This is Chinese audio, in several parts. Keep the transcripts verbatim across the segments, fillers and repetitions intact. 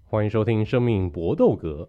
欢迎收听《生命搏斗格》。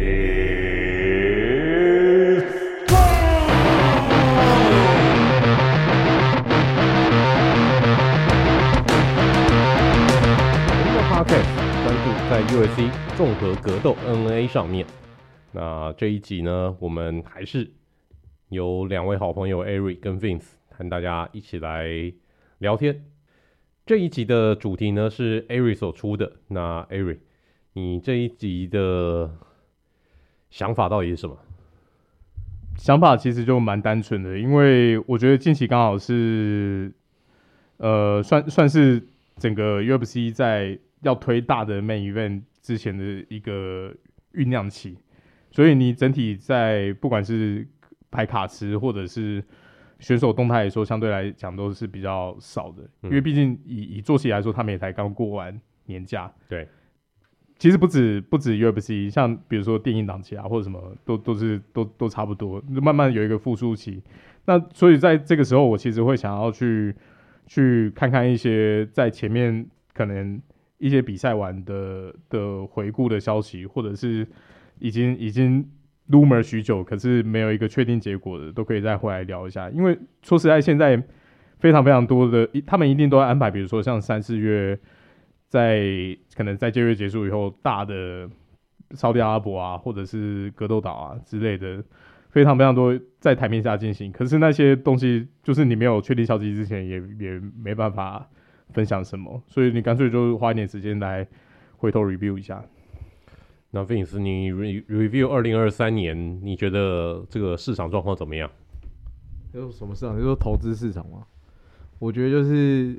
我们的 Podcast 专注在 U F C 综合格斗 N N A 上面。那这一集呢，我们还是有两位好朋友 Ari 跟 Vince 和大家一起来聊天。这一集的主题呢是 Ari 所出的。那 Ari， 你这一集的想法到底是什么？ 想法其实就蛮单纯的，因为我觉得近期刚好是，呃，算算是整个 U F C 在要推大的 main event 之前的一个酝酿期，所以你整体在不管是排卡池或者是选手动态来说，相对来讲都是比较少的， 嗯、 因为毕竟以以做起来说，他们也才刚过完年假。 对。 其实不止不止 U F C， 像比如说电影档期啊，或者什么都都是都都差不多，慢慢有一个复苏期。那所以在这个时候，我其实会想要去去看看一些在前面可能一些比赛完的的回顾的消息，或者是已经已经 rumor 许久，可是没有一个确定结果的，都可以再回来聊一下。因为说实在，现在非常非常多的，他们一定都会安排，比如说像三四月。在可能在借月结束以后，大的沙特阿拉伯啊，或者是格斗岛啊之类的，非常非常多在台面下进行。可是那些东西，就是你没有确定消息之前也，也也没办法分享什么，所以你干脆就花一点时间来回头 review 一下。 那 Vince， 你 review 二零二三年，你觉得这个市场状况怎么样？ 有什么市场？就是说投资市场吗？我觉得就是，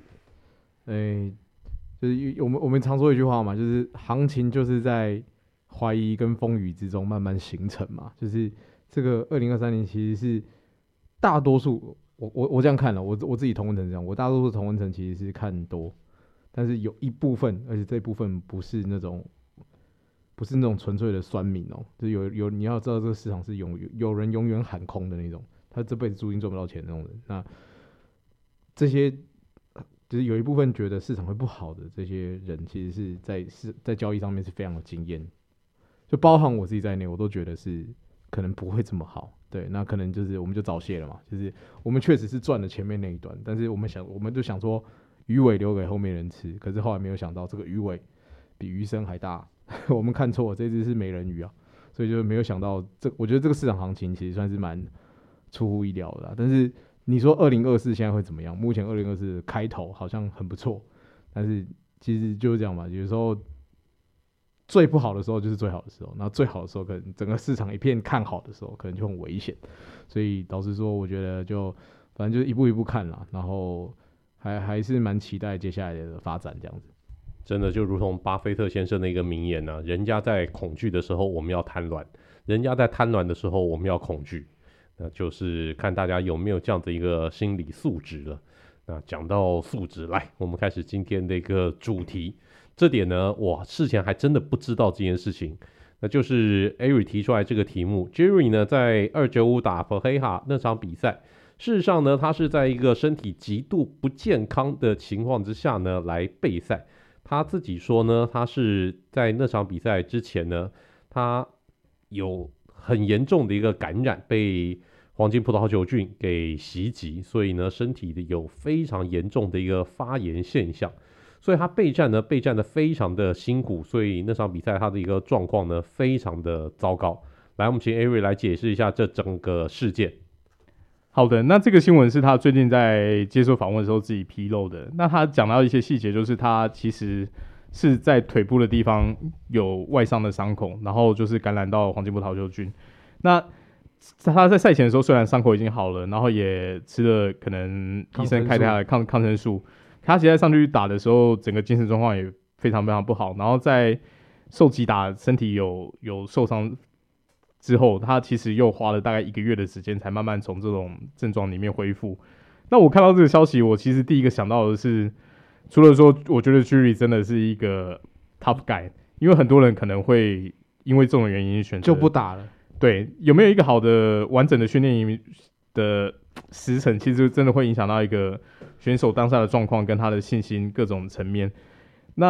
诶、欸。就是我们我们常说一句话嘛，就是行情就是在怀疑跟风雨之中慢慢形成嘛。就是这个二零二三年其实是大多数，我我我这样看了，我我自己同温层这样，我大多数同温层其实是看多，但是有一部分，而且这一部分不是那种不是那种纯粹的酸民哦，就是有有你要知道这个市场是永有人永远喊空的那种，他这辈子注定赚不到钱的那种人。那这些。就是有一部分觉得市场会不好的这些人，其实是在是在交易上面是非常有经验，就包含我自己在内，我都觉得是可能不会这么好。对，那可能就是我们就早泄了嘛，就是我们确实是赚了前面那一段，但是我们想，我们就想说鱼尾留给后面人吃，可是后来没有想到这个鱼尾比鱼身还大，我们看错了，这只是美人鱼啊，所以就没有想到这，我觉得这个市场行情其实算是蛮出乎意料的啦，但是。你说二零二四现在会怎么样？目前二零二四开头好像很不错，但是其实就是这样吧。有时候最不好的时候就是最好的时候，然后最好的时候可能整个市场一片看好的时候，可能就很危险。所以老实说，我觉得就反正就是一步一步看啦，然后还还是蛮期待接下来的发展这样子。 真的就如同巴菲特先生的一个名言啊，人家在恐惧的时候我们要贪婪，人家在贪婪的时候我们要恐惧。那就是看大家有没有这样的一个心理素质了。那讲到素质，来，我们开始今天的一个主题。这点呢，我事前还真的不知道这件事情。那就是 Ari 提出来这个题目 ，Jerry 呢在二九五打佛黑哈那场比赛，事实上呢，他是在一个身体极度不健康的情况之下呢来备赛。他自己说呢，他是在那场比赛之前呢，他有很严重的一个感染，被黄金葡萄球菌给袭击，所以呢，身体有非常严重的一个发炎现象，所以他备战呢，备战的非常的辛苦，所以那场比赛他的一个状况呢，非常的糟糕。来，我们请 Ari 来解释一下这整个事件。 好的，那这个新闻是他最近在接受访问的时候自己披露的。那他讲到一些细节，就是他其实是在腿部的地方有外伤的伤口，然后就是感染到黄金葡萄球菌。那他在赛前的时候，虽然伤口已经好了，然后也吃了可能医生开他的抗抗生素，他其实在上去打的时候，整个精神状况也非常非常不好。然后在受击打，身体有有受伤之后，他其实又花了大概一个月的时间，才慢慢从这种症状里面恢复。那我看到这个消息，我其实第一个想到的是，除了说，我觉得 Jerry 真的是一个 tough guy， 因为很多人可能会因为这种原因选择就不打了。 对，有没有一个好的完整的训练的时程，其实真的会影响到一个选手当下的状况跟他的信心各种层面。那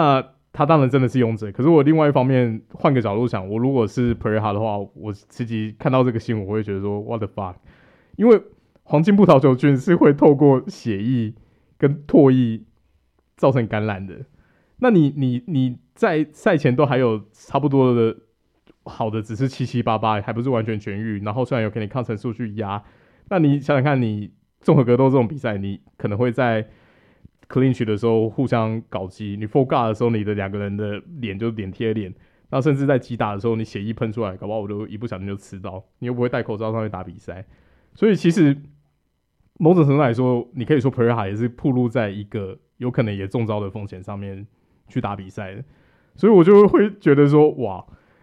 他当然真的是勇者，可是我另外一方面换个角度想，我如果是 Pereira 的话，我自己看到这个新闻，我会觉得说 What the fuck， 因为黄金葡萄球菌是会透过血液跟唾液造成感染的。那你你你在赛前都还有差不多的好的，只是七七八八，还不是完全痊愈。然后虽然有给你抗生素去压，那你想想看，你综合格斗这种比赛，你可能会在 clinch 的时候互相搞基，你 full guard 的时候，你的两个人的脸就脸贴脸，然后甚至在击打的时候，你血液喷出来，搞不好我就一不小心就吃到，你又不会戴口罩上去打比赛。所以其实某种程度来说，你可以说 Pereira 也是暴露在一个有可能也中招的风险上面去打比赛的。所以我就会觉得说，哇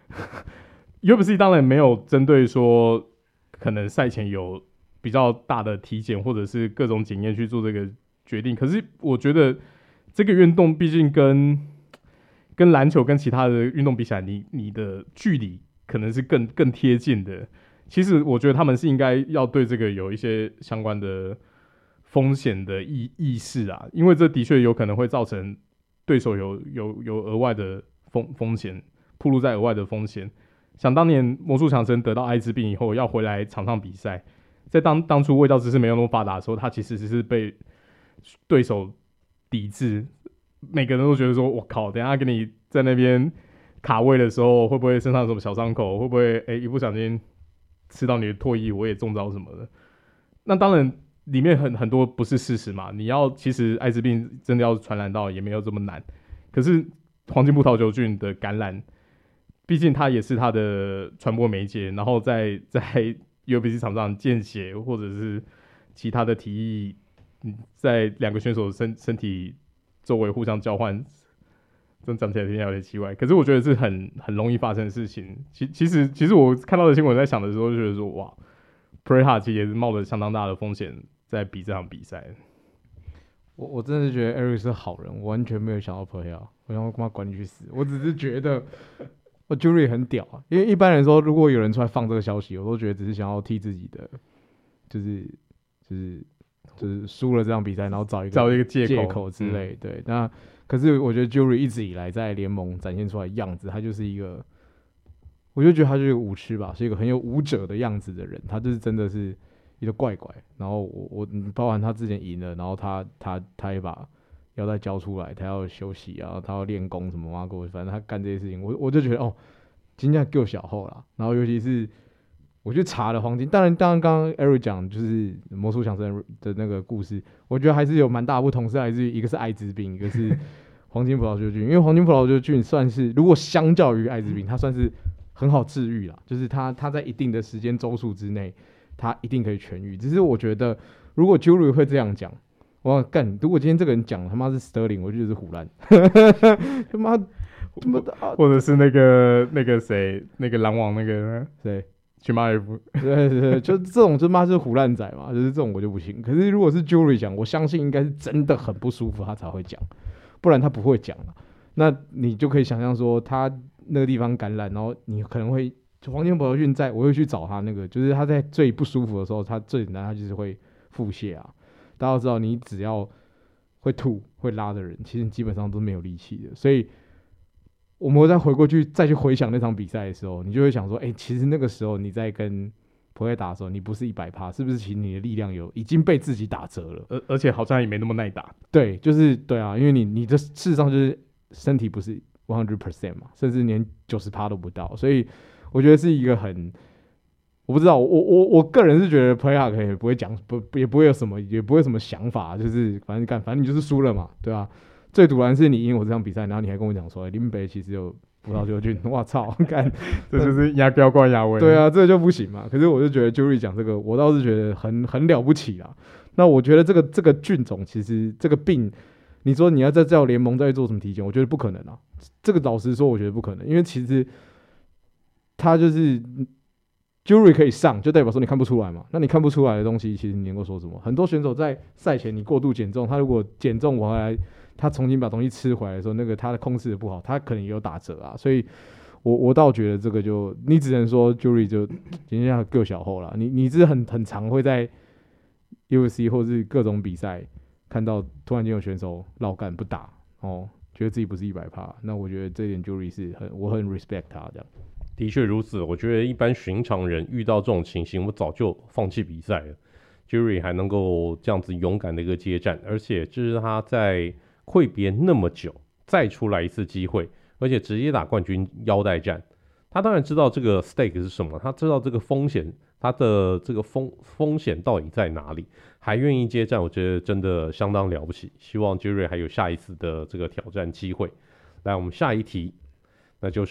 ，U F C 当然没有针对说可能赛前有比较大的体检或者是各种检验去做这个决定，可是我觉得这个运动毕竟跟跟篮球跟其他的运动比起来，你你的距离可能是更更贴近的。其实我觉得他们是应该要对这个有一些相关的风险的意意识啊，因为这的确有可能会造成对手有有有额外的风风险，暴露在额外的风险。想当年魔术强森得到艾滋病以后要回来场上比赛，在当当初卫教知识没有那么发达的时候，他其实只是被对手抵制，每个人都觉得说，我靠，等一下给你在那边卡位的时候，会不会身上有什么小伤口？会不会哎、欸、一不小心吃到你的唾液，我也中招什么的？那当然里面很很多不是事实嘛。你要其实艾滋病真的要传染到也没有这么难，可是黄金葡萄球菌的感染，毕竟它也是它的传播媒介，然后在在 U F C 场上见血或者是其他的体液。在两个选手身身体周围互相交换，真讲起来听起来有点奇怪，可是我觉得是很很容易发生的事情。其其实其实我看到的新闻在想的时候，就觉得说哇 ，Pereira 其实也是冒着相当大的风险在比这场比赛。 我我真的是觉得 Eric 是好人，我完全没有想到 Pereira， 我想我他妈管你去死！我只是觉得我 Jury 很屌啊，因为一般人说如果有人出来放这个消息，我都觉得只是想要替自己的，就是就是。就是输了这场比赛，然后找一个找一个借口借口之类、嗯，对。那可是我觉得 Jury 一直以来在联盟展现出来的样子，他就是一个，我就觉得他就是一个舞痴吧，是一个很有舞者的样子的人。他就是真的是一个怪怪。然后我我包含他之前赢了，然后他他他也把腰带交出来，他要休息啊，他要练功什么嘛，反正他干这些事情，我我就觉得哦，今天够小后啦。然后尤其是。我去查了黄金，当然，当然，刚刚 Eric 讲就是魔术强森的那个故事，我觉得还是有蛮大的不同，是来自于一个是艾滋病，一个是黄金葡萄球菌。因为黄金葡萄球菌算是，如果相较于艾滋病，它算是很好治愈啦，就是它它在一定的时间周数之内，它一定可以痊愈。只是我觉得，如果 Jury 会这样讲，哇干！如果今天这个人讲他妈是 Sterling， 我就觉得是唬烂，他妈他妈的， 或者是那个那个谁，那个篮网那个谁。 去马尔夫， 对对对，就这种就妈是唬烂仔嘛，就是这种我就不行。可是如果是 Jury 讲，我相信应该是真的很不舒服，他才会讲，不然他不会讲。那你就可以想象说，他那个地方感染，然后你可能会黄金葡萄菌在，我会去找他那个，就是他在最不舒服的时候，他最简单，他就是会腹泻啊。大家都知道，你只要会吐会拉的人，其实基本上都没有力气的，所以。我们再回过去，再去回想那场比赛的时候，你就会想说，哎、欸，其实那个时候你在跟普瑞打的时候，你不是一百趴，是不是？其实你的力量有已经被自己打折了， 而而且好像也没那么耐打。 对，就是对啊，因为你你的事实上就是身体不是 百分之百 嘛，甚至连九十趴都不到，所以我觉得是一个很，我不知道，我我我个人是觉得普瑞可也不会讲，不也不会有什么，也不会有什么想法，就是反正干，反正你就是输了嘛，对吧、啊？最突然是你赢我这场比赛，然后你还跟我讲说，林北其实有葡萄球菌，我操，干， 这就是压标冠亚威。 对啊，这就不行嘛。可是我就觉得 Jury 讲这个，我倒是觉得很很了不起啦。那我觉得这个这个菌种，其实这个病，你说你要在这联盟再做什么体检，我觉得不可能啊。这个老实说，我觉得不可能，因为其实他就是 Jury 可以上，就代表说你看不出来嘛。那你看不出来的东西，其实你能够说什么？很多选手在赛前你过度减重，他如果减重回来。他重新把东西吃回来的时候，那个他的控制的不好，他可能也有打折啊，所以我我倒觉得这个就你只能说 Jury 就今天要够小后了，你你是很很常会在 U F C 或是各种比赛看到突然间有选手绕干不打哦， 觉得自己不是一百趴，那我觉得这一点 Jury 是很我很 respect 他这样。 的确如此，我觉得一般寻常人遇到这种情形，我早就放弃比赛了。Jury 还能够这样子勇敢的一个接战，而且这是他在溃别那么久再出来一次机会，而且直接打冠军腰带战。他当然知道这个 stake 是什么，他知道这个风险，他的这个风风险到底在哪里，还愿意接战，我觉得真的相当了不起。希望 Jury 还有下一次的这个挑战机会。来，我们下一题。那就是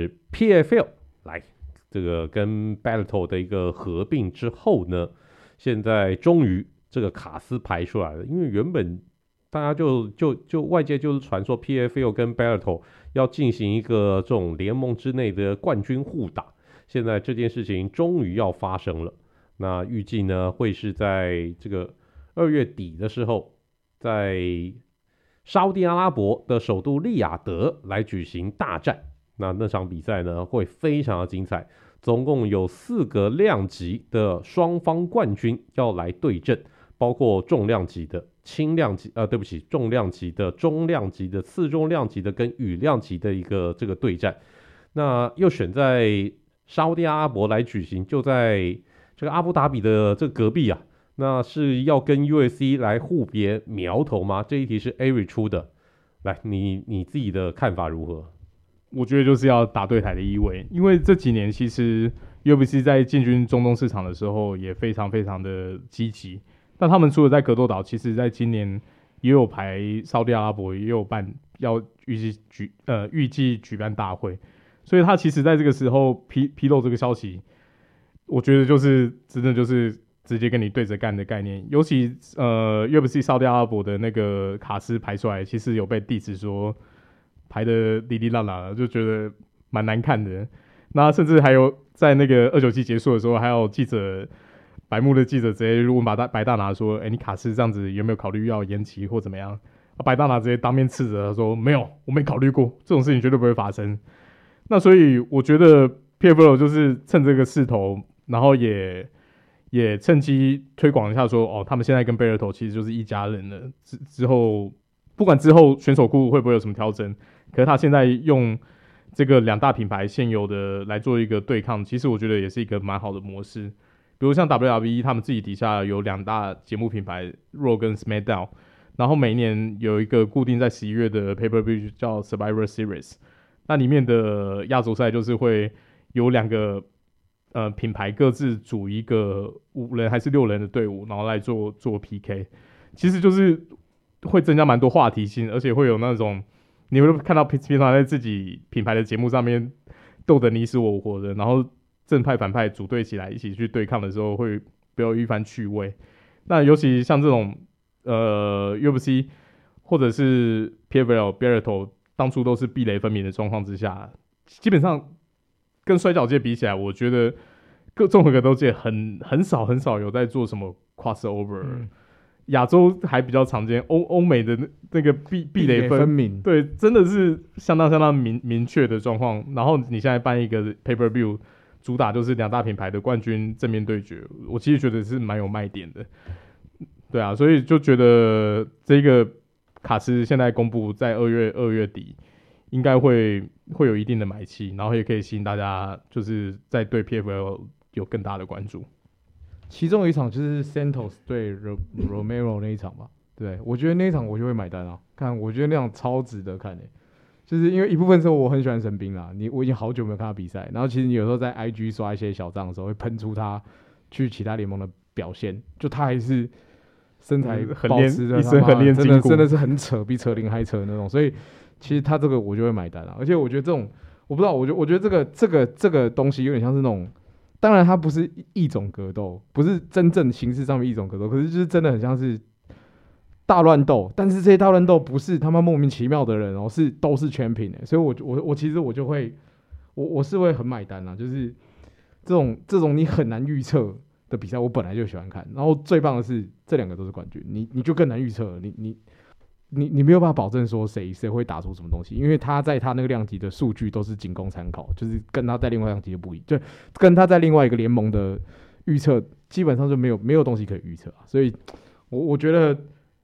P F L 来，这个跟 Bellator 的一个合并之后呢，现在终于这个卡斯排出来了。因为原本大家就就就外界就是传说 P F L 跟 Bellator 要进行一个这种联盟之内的冠军互打，现在这件事情终于要发生了。那预计呢会是在这个二月底的时候，在沙烏地阿拉伯的首都利雅得来举行大战。那那场比赛呢会非常的精彩，总共有四个量级的双方冠军要来对阵，包括重量级的、轻量级呃对不起重量级的、中量级的、次重量级的跟羽量级的一个这个对战。那又选在沙烏地阿拉伯来举行，就在这个阿布达比的这个隔壁啊。那是要跟 U F C 来互别苗头吗？这一题是 Ari 出的，来，你你自己的看法如何？ 我觉得就是要打对台的意味，因为这几年其实 U F C 在进军中东市场的时候也非常非常的积极。但他们除了在格斗岛，其实在今年也有排沙烏地阿拉伯，也有办要预计举呃预计举办大会，所以他其实在这个时候披披露这个消息，我觉得就是真的就是直接跟你对着干的概念。尤其呃 U F C 沙烏地阿拉伯的那个卡斯排出来，其实有被diss说排的哩哩啦啦，就觉得蛮难看的。那甚至还有在那个二九七结束的时候，还有记者白目的记者直接问白大白大拿说：“哎、欸，你卡斯这样子有没有考虑要延期或怎么样？”啊、白大拿直接当面斥责他说：“没有，我没考虑过，这种事情绝对不会发生。”那所以我觉得 P F L 就是趁这个势头，然后也也趁机推广一下说：“哦，他们现在跟贝尔头其实就是一家人了。之之后不管之后选手库会不会有什么调整。”可是他现在用这个两大品牌现有的来做一个对抗，其实我觉得也是一个蛮好的模式。比如像 W W E 他们自己底下有两大节目品牌 Raw 跟 SmackDown， 然后每年有一个固定在十一月的 Pay-Per-View 叫 Survivor Series， 那里面的压轴赛就是会有两个呃品牌各自组一个五人还是六人的队伍，然后来做做 P K， 其实就是会增加蛮多话题性，而且会有那种你会看到平常在自己品牌的节目上面斗得你死我活的，然后正派反派组队起来一起去对抗的时候，会别有一番趣味。那尤其像这种呃 U F C 或者是 P F L Bellator 当初都是壁垒分明的状况之下，基本上跟摔跤界比起来，我觉得各综合格斗界很很少很少有在做什么 crossover。嗯，亚洲还比较常见，欧欧美的那个壁壁垒分明， 对，真的是相当相当明明确的状况。然后你现在办一个 Pay-Per-View， 主打就是两大品牌的冠军正面对决，我其实觉得是蛮有卖点的。对啊，所以就觉得这个卡斯现在公布在二月二月底，应该会会有一定的买气，然后也可以吸引大家就是在对 P F L 有更大的关注。 其中有一场就是 Santos 对 Romero 那一场吧，对，我觉得那一场我就会买单啊，看，我觉得那场超值得看的、欸，就是因为一部分是我很喜欢神兵啦，你我已经好久没有看他比赛，然后其实你有时候在 I G 刷一些小账的时候，会喷出他去其他联盟的表现，就他还是身材保持着、嗯、 一身很练筋骨， 真的真的是很扯，比扯铃还扯那种，所以其实他这个我就会买单啦，而且我觉得这种我不知道，我觉得我觉得这个这个这个东西有点像是那种。当然，它不是异种格斗，不是真正形式上面异种格斗，可是就是真的很像是大乱斗。但是这些大乱斗不是他妈莫名其妙的人哦，是都是全品的。所以我我我其实我就会，我我是会很买单啦。就是这种这种你很难预测的比赛，我本来就喜欢看。然后最棒的是这两个都是冠军，你你就更难预测了。你你。你你没有办法保证说谁谁会打出什么东西，因为他在他那个量级的数据都是仅供参考，就是跟他在另外量级的不一，就跟他在另外一个联盟的预测基本上就没有没有东西可以预测啊。所以我，我我觉得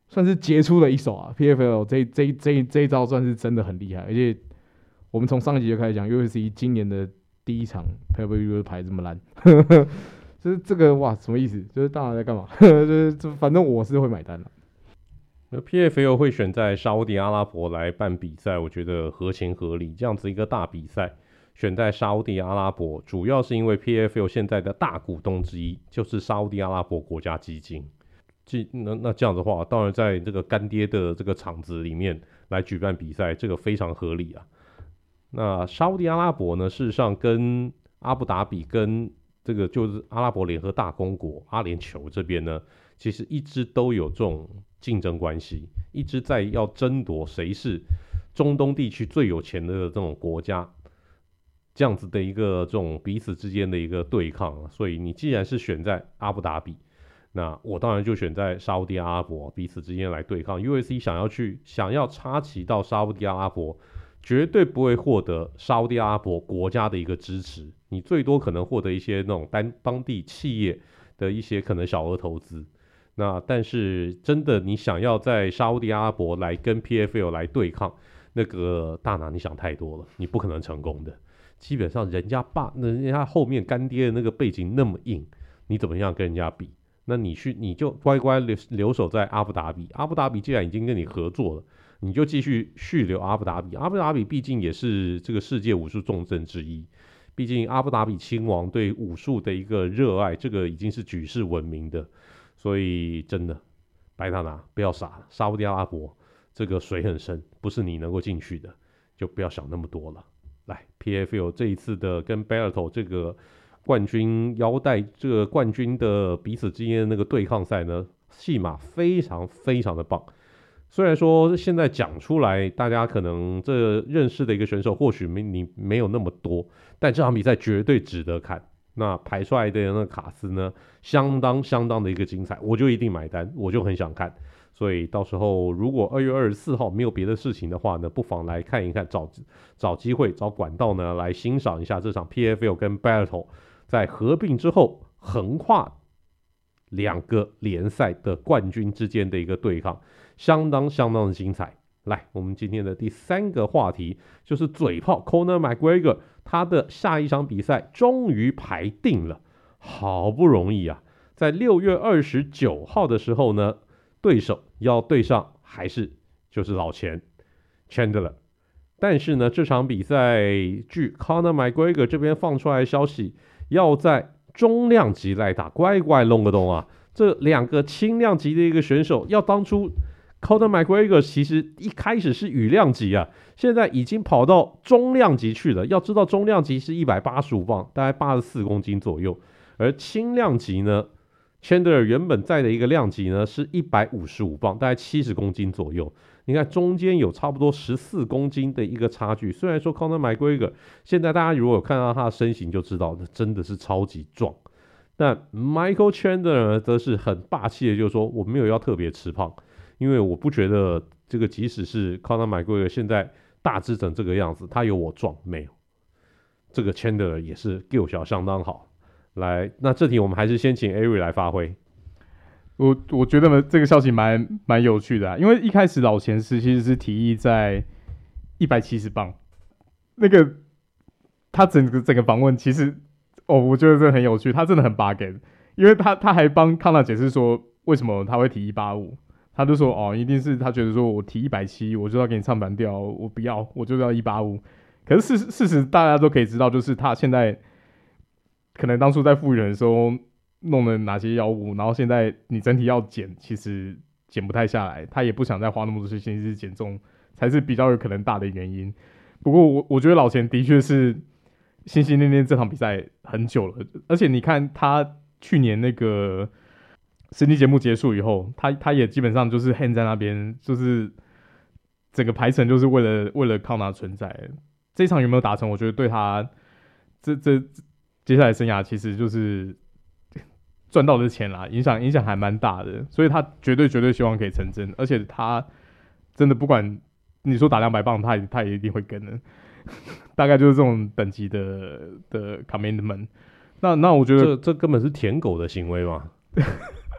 算是杰出的一手啊 ，P F L 这这这这一招算是真的很厉害，而且我们从上一集就开始讲 U F C 今年的第一场 Pay Per View 排这么烂，就是这个哇什么意思？就是大家在干嘛？就是反正我是会买单的。 那 P F L 会选在沙烏地阿拉伯来办比赛，我觉得合情合理。这样子一个大比赛选在沙烏地阿拉伯，主要是因为 P F L 现在的大股东之一就是沙烏地阿拉伯国家基金。那那这样的话，当然在这个干爹的这个场子里面来举办比赛，这个非常合理啊。那沙烏地阿拉伯呢，事实上跟阿布达比跟这个就是阿拉伯联合大公国阿联酋这边呢，其实一直都有这种竞争关系，一直在要争夺谁是中东地区最有钱的这种国家，这样子的一个这种彼此之间的一个对抗。所以你既然是选在阿布达比，那我当然就选在沙烏地阿拉伯，彼此之间来对抗。U F C 想要去想要插旗到沙烏地阿拉伯，绝对不会获得沙烏地阿拉伯国家的一个支持，你最多可能获得一些那种当当地企业的一些可能小额投资。那但是真的你想要在沙烏地阿拉伯来跟 P F L 来对抗，那个大拿你想太多了，你不可能成功的。基本上人家爸人家后面干爹的那个背景那么硬，你怎么样跟人家比？那你去你就乖乖留留守在阿布达比，阿布达比既然已经跟你合作了，你就继续续留阿布达比。阿布达比毕竟也是这个世界武术重镇之一，毕竟阿布达比亲王对武术的一个热爱，这个已经是举世闻名的。所以真的白大拿不要傻了，沙烏地阿拉伯这个水很深，不是你能够进去的，就不要想那么多了。来 P F L 这一次的跟 Bellator 这个冠军腰带这个冠军的彼此之间的那个对抗赛呢，戏码非常非常的棒。虽然说现在讲出来，大家可能这认识的一个选手或许没你没有那么多，但这场比赛绝对值得看。那排出来的那个卡斯呢，相当相当的一个精彩，我就一定买单，我就很想看。所以到时候如果二月二十四号没有别的事情的话呢，不妨来看一看，找找机会找管道呢来欣赏一下这场 P F L 跟 Bellator 在合并之后横跨两个联赛的冠军之间的一个对抗，相当相当的精彩。来，我们今天的第三个话题就是嘴炮 Conor McGregor， 他的下一场比赛终于排定了，好不容易啊，在六月二十九号的时候呢，对手要对上还是就是老钱 Chandler， 但是呢，这场比赛据 Conor McGregor 这边放出来的消息，要在中量级来打，乖乖弄个洞啊！这两个轻量级的一个选手，要当初 Conor McGregor 其实一开始是羽量级啊，现在已经跑到中量级去了。要知道中量级是一百八十五磅，大概八十四公斤左右，而轻量级呢 ，Chandler 原本在的一个量级呢是一百五十五磅，大概七十公斤左右。你看中间有差不多十四公斤的一个差距。虽然说 Conor McGregor 现在大家如果有看到他的身形就知道，真的是超级壮。但 Michael Chandler 呢，则是很霸气的，就是说我没有要特别吃胖。因为我不觉得这个，即使是 Conor McGregor 现在大只成这个样子，他有我壮没有？这个 Chandler 也是 skill 小相当好。来，那这题我们还是先请 Ari 来发挥。 我我觉得这个消息蛮蛮有趣的、啊，因为一开始老钱是其实是提议在一百七十磅，那个他整个整个访问其实哦，我觉得这很有趣，他真的很 bug， 因为他他还帮康纳解释说为什么他会提一百八十五。他就说哦，一定是他觉得说我提一百七十，我就要给你唱反调，我不要，我就要一百八十五。可是事事实大家都可以知道，就是他现在可能当初在复原的时候弄了哪些药物，然后现在你整体要减，其实减不太下来，他也不想再花那么多时间去减重，才是比较有可能大的原因。不过我我觉得老钱的确是心心念念这场比赛很久了，而且你看他去年那个实力节目结束以后，他他也基本上就是 hand 在那边，就是整个排程就是为了为了康纳存在。这一场有没有达成？我觉得对他这这接下来生涯其实就是赚到的钱啦，影响影响还蛮大的，所以他绝对绝对希望可以成真，而且他真的不管你说打两百磅，他也他也一定会跟的，大概就是这种等级的的 commitment。那那我觉得这这根本是舔狗的行为嘛。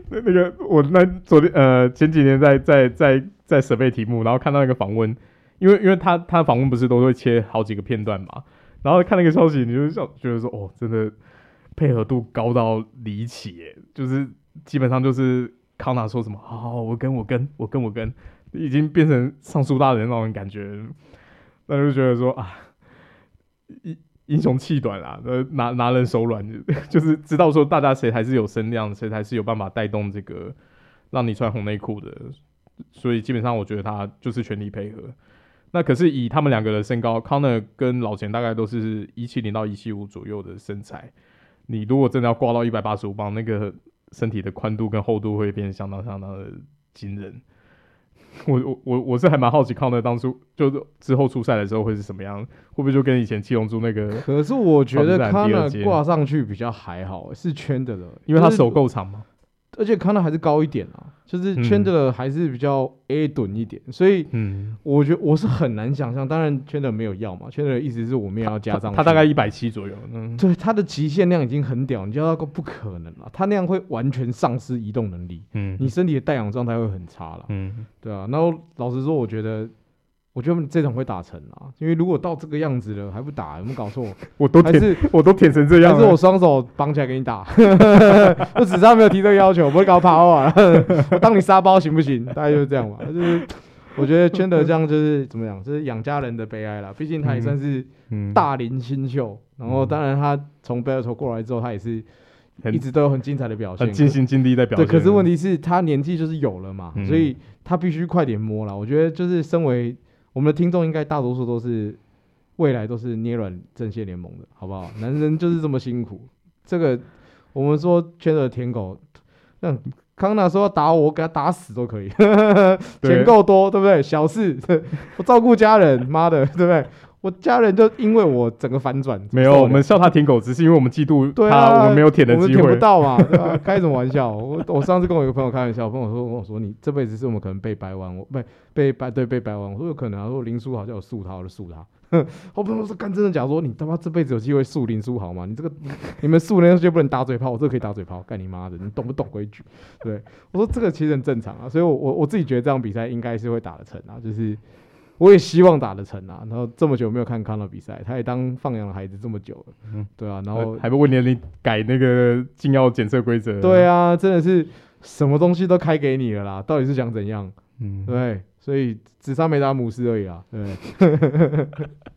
那个我那昨天呃前几年在在在在准备题目，然后看到那个访问，因为因为他他访问不是都会切好几个片段嘛，然后看那个消息，你就觉得说哦，真的配合度高到离奇耶，就是基本上就是康纳说什么，好、哦，我跟我跟我跟我跟，已经变成尚书大人那种感觉，那就觉得说啊，英英雄气短啦，拿拿人手软，就是知道说大家谁还是有声量，谁才是有办法带动这个让你穿红内裤的，所以基本上我觉得他就是全力配合。那可是以他们两个的身高 ，Conor 跟老钱大概都是一七零到一七五左右的身材，你如果真的要挂到一百八十五磅，那个身体的宽度跟厚度会变得相当相当的惊人。我我我我是还蛮好奇，Conor当初就之后出赛的时候会是什么样，会不会就跟以前七龙珠那个？ 可是我觉得 Conor 挂上去比较还好，是圈的了， 因为他手够长嘛， 而且 Conor 还是高一点啊，就是圈的还是比较 A 吨一点，所以我觉得我是很难想象。当然圈的没有要嘛，圈的意思是我们也要加上去， 他大概一百七左右，嗯， 对，他的极限量已经很屌，你就要说不可能了，他那样会完全丧失移动能力，嗯，你身体的带氧状态会很差了，嗯，对啊。然后老实说，我觉得。我觉得这场会打成啊，因为如果到这个样子了还不打，有没有搞错？ 我都舔，我都舔成这样了， 还是我双手绑起来给你打？我只是他没有提这个要求，我不会搞跑啊。我当你沙包行不行？大概就是这样吧。就是我觉得圈德这样就是怎么讲，就是养家人的悲哀啦。毕竟他也算是大龄新秀，嗯、然后当然他从 Bellator 过来之后，他也是一直都有很精彩的表现， 很尽心尽力在表现。 对，可是问题是他年纪就是有了嘛，嗯、所以他必须快点摸了。我觉得就是身为我们的听众应该大多数都是未来都是捏软阵线联盟的，好不好？男人就是这么辛苦。这个我们说圈的舔狗，像康纳说要打我，我给他打死都可以，钱够多，对不对？小事，我照顾家人，妈的，对不对？我家人就因为我整个反转， 没有，我们笑他舔狗，只是因为我们嫉妒他，啊、我们没有舔的机会， 我们舔不到嘛，对吧？开什么玩笑？我我上次跟我一个朋友开玩笑，朋友说跟我说你这辈子是我们可能被掰弯，我被被掰对被掰弯，我说有可能啊，说林书豪叫我诉他，我就诉他。我朋友说干真的假的？说你他妈这辈子有机会诉林书豪吗？你这个你们诉那些不能打嘴炮，我这个可以打嘴炮，干你妈的！你懂不懂规矩？对，我说这个其实很正常啊，所以我我我自己觉得这场比赛应该是会打得成啊，就是。我也希望打得成啊，然后这么久没有看康纳比赛，他也当放养的孩子这么久了，嗯、对啊，然后还不问你改那个禁药检测规则？ 对啊，真的是什么东西都开给你了啦，到底是想怎样？嗯，对，所以只差没打姆斯而已啦，对。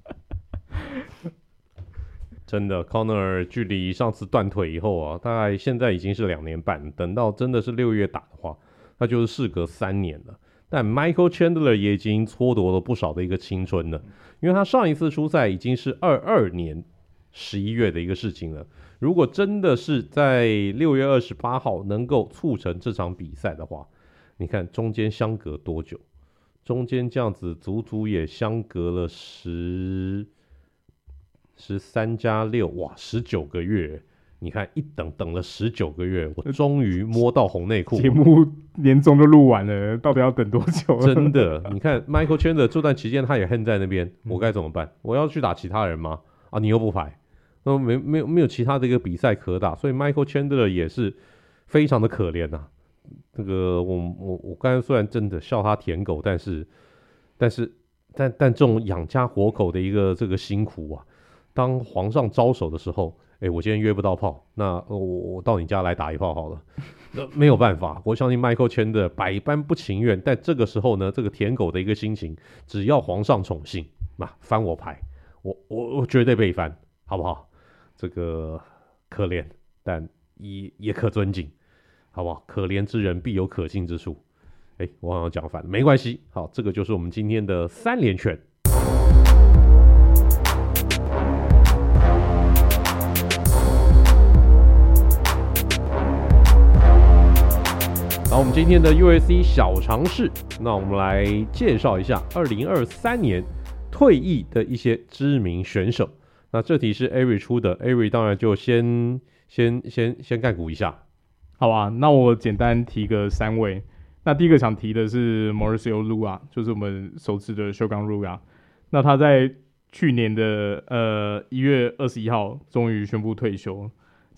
真的 ，Conor 距离上次断腿以后啊，大概现在已经是两年半，等到真的是六月打的话，那就是事隔三年了。但 Michael Chandler 也已经蹉跎了不少的一个青春了，因为他上一次出赛已经是二二年十一月的一个事情了。如果真的是在六月二十八号能够促成这场比赛的话，你看中间相隔多久？中间这样子足足也相隔了十十三加六，哇，十九个月。你看，一等等了十九个月，我终于摸到红内裤。 节目年终就录完了，到底要等多久？ 真的，你看 Michael Chandler 这段期间他也恨在那边，我该怎么办？我要去打其他人吗？啊，你又不排，那没没有没有其他的一个比赛可打，所以 Michael Chandler 也是非常的可怜呐、啊。这个我我我刚才虽然真的笑他舔狗，但是但是但但这种养家活口的一个这个辛苦啊，当皇上招手的时候。哎、欸，我今天约不到炮，那、呃、我我到你家来打一炮好了。那没有办法，我相信 Michael Chandler 百般不情愿，但这个时候呢，这个舔狗的一个心情，只要皇上宠幸，那翻我牌，我我我绝对被翻，好不好？这个可怜，但也也可尊敬，好不好？可怜之人必有可敬之处。哎、欸，我好像讲反了，没关系。好，这个就是我们今天的三连拳。好，我们今天的 U F C 小常识，那我们来介绍一下二零二三年退役的一些知名选手。那这题是 Avery 出的 ，Avery 当然就先先先先干股一下。 好吧，那我简单提个三位。那第一个想提的是 Mauricio Rua， 就是我们熟知的 Shogun Rua。那他在去年的呃一月二十一号终于宣布退休。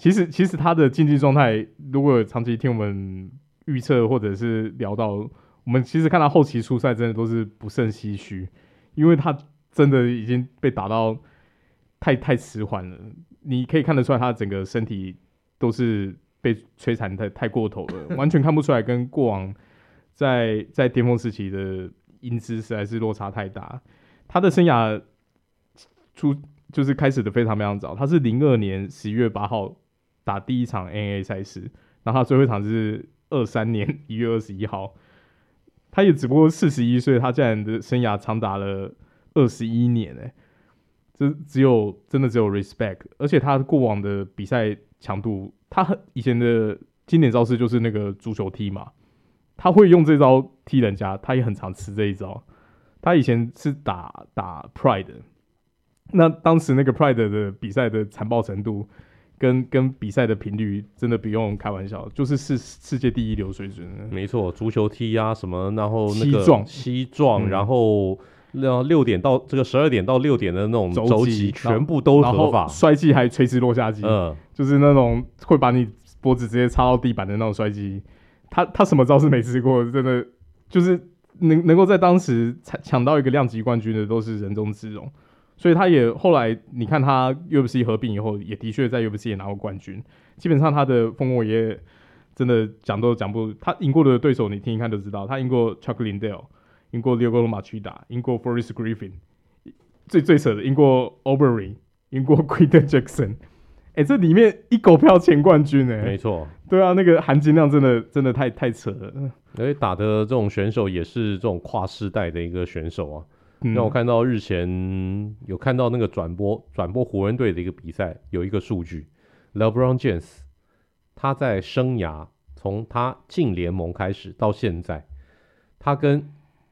其实其实他的竞技状态，如果长期听我们预测或者是聊到，我们其实看他后期出赛真的都是不胜唏嘘，因为他真的已经被打到太太迟缓了，你可以看得出来他整个身体都是被摧残太太过头了，完全看不出来跟过往在在巅峰时期的英姿实在是落差太大。他的生涯出就是开始的非常非常早，他是零二年十一月八号打第一场 N A A 赛事，然后他最后一场是二三年一月二十一号，他也只不过四十一岁，他竟然的生涯长达了二十一年、欸，这只有真的只有 respect， 而且他过往的比赛强度，他以前的经典招式就是那个足球踢嘛，他会用这招踢人家，他也很常吃这一招。他以前是打打 Pride 的，那当时那个 Pride 的比赛的残暴程度跟跟比赛的频率真的不用开玩笑，就是世世界第一流水准。 没错，足球踢啊什么，然后那个膝撞膝撞， 嗯、 然后六点到这个十二点到六点的那种周期，全部都合法。 摔技还垂直落下技， 嗯， 就是那种会把你脖子直接插到地板的那种摔技。他他什么招式没吃过？真的就是能能够在当时抢到一个量级冠军的，都是人中之龙。所以他也后来，你看他 U F C 合并以后，也的确在 U F C 也拿过冠军。基本上他的风格也真的讲都讲不，他赢过的对手你听一看就知道，他赢过 Chuck Liddell， 赢过 Diogo Machida， 赢过 Forrest Griffin， 最最扯的赢过 Overeem， 赢过 Quinton Jackson。哎、欸，这里面一狗票前冠军哎、欸， 没错， 对啊，那个含金量真的真的太太扯了。 而且打的这种选手也是这种跨世代的一个选手啊。 嗯、 让我看到日前有看到那个转播转播湖人队的一个比赛，有一个数据 ，LeBron James 他在生涯从他进联盟开始到现在，他跟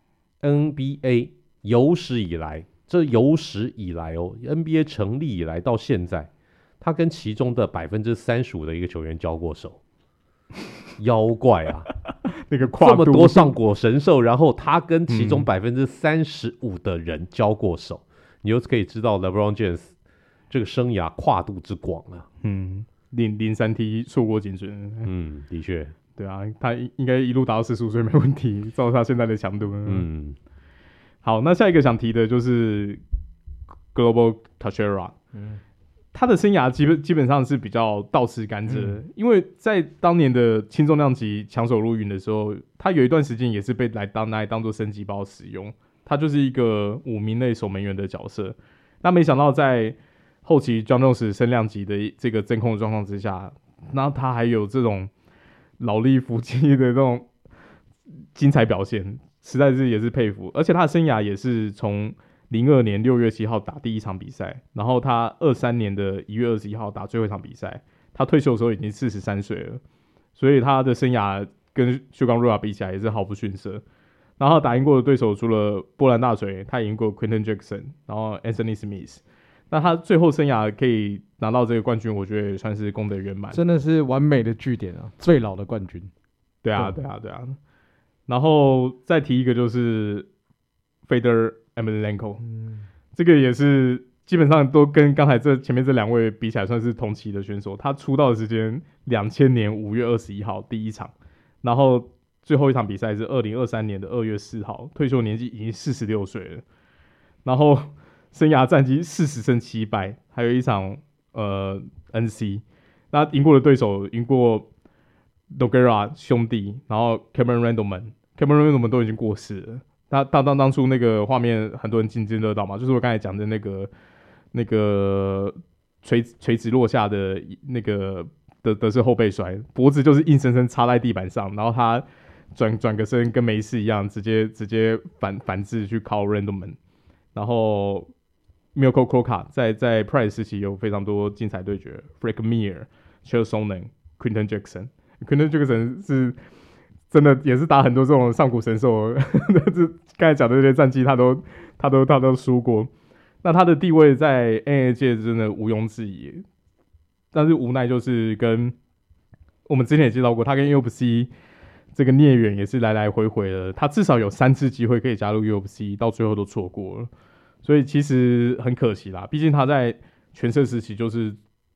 N B A 有史以来，这有史以来哦 ，N B A 成立以来到现在，他跟其中的百分之三十五的一个球员交过手。妖怪啊！ 那个跨度这么多上过神兽，然后他跟其中百分之三十五的人交过手，嗯、你就可以知道 LeBron James 这个生涯跨度之广啊。 嗯，零零三 T 硕果仅存。 嗯，的确， 对啊，他应该一路打到四十五岁没问题，照他现在的强度。 嗯， 好，那下一个想提的就是 Global Teixeira。嗯。他的生涯基本基本上是比较倒吃甘蔗、嗯，因为在当年的轻重量级强手入云的时候，他有一段时间也是被来当拿来当做升级包使用，他就是一个五名类守门员的角色。那没想到在后期 Jon Jones 升量级的这个真空的状况之下，那他还有这种劳力扶击的这种精彩表现，实在是也是佩服。而且他的生涯也是从零二年六月七号打第一场比赛，然后他二三年的一月二十一号打最后一场比赛。他退休的时候已经四十三岁了，所以他的生涯跟修刚瑞亚比起来也是毫不逊色。然后打赢过的对手除了波兰大锤，他也赢过 Quinton Jackson， 然后 Anthony Smith。那他最后生涯可以拿到这个冠军，我觉得也算是功德圆满， 真的是完美的句点啊！最老的冠军。 对啊，对啊，对啊。然后再提一个就是 Fedor Emelianenko，、嗯、这个也是基本上都跟刚才这前面这两位比起来算是同期的选手。他出道的时间两千年五月二十一号第一场，然后最后一场比赛是二零二三年的二月四号，退休年纪已经四十六岁了。然后生涯战绩四十胜七败，还有一场呃 N C， 那赢过的对手赢过 Nogueira 兄弟，然后 Cameron Randleman，Cameron Randleman 都已经过世了。他当当当初那个画面，很多人津津乐道嘛，就是我刚才讲的那个那个垂垂直落下的那个的的是后背摔，脖子就是硬生生插在地板上，然后他转转个身跟没事一样，直接直接反反制去靠 Randleman， 然后 Mirko Cro 在在 Pride 时期有非常多精彩对决 ，Frank Mir、Chael Sonnen、Quinton Jackson，Quinton Jackson 是。真的也是打很多这种上古神兽，刚才讲的这些战绩他都他都他都输过。那他的地位在 N A 界真的毋庸置疑，但是无奈就是跟我们之前也介绍过，他跟 U F C 这个孽缘也是来来回回的。他至少有三次机会可以加入 U F C， 到最后都错过了，所以其实很可惜啦。毕竟他在全盛时期就是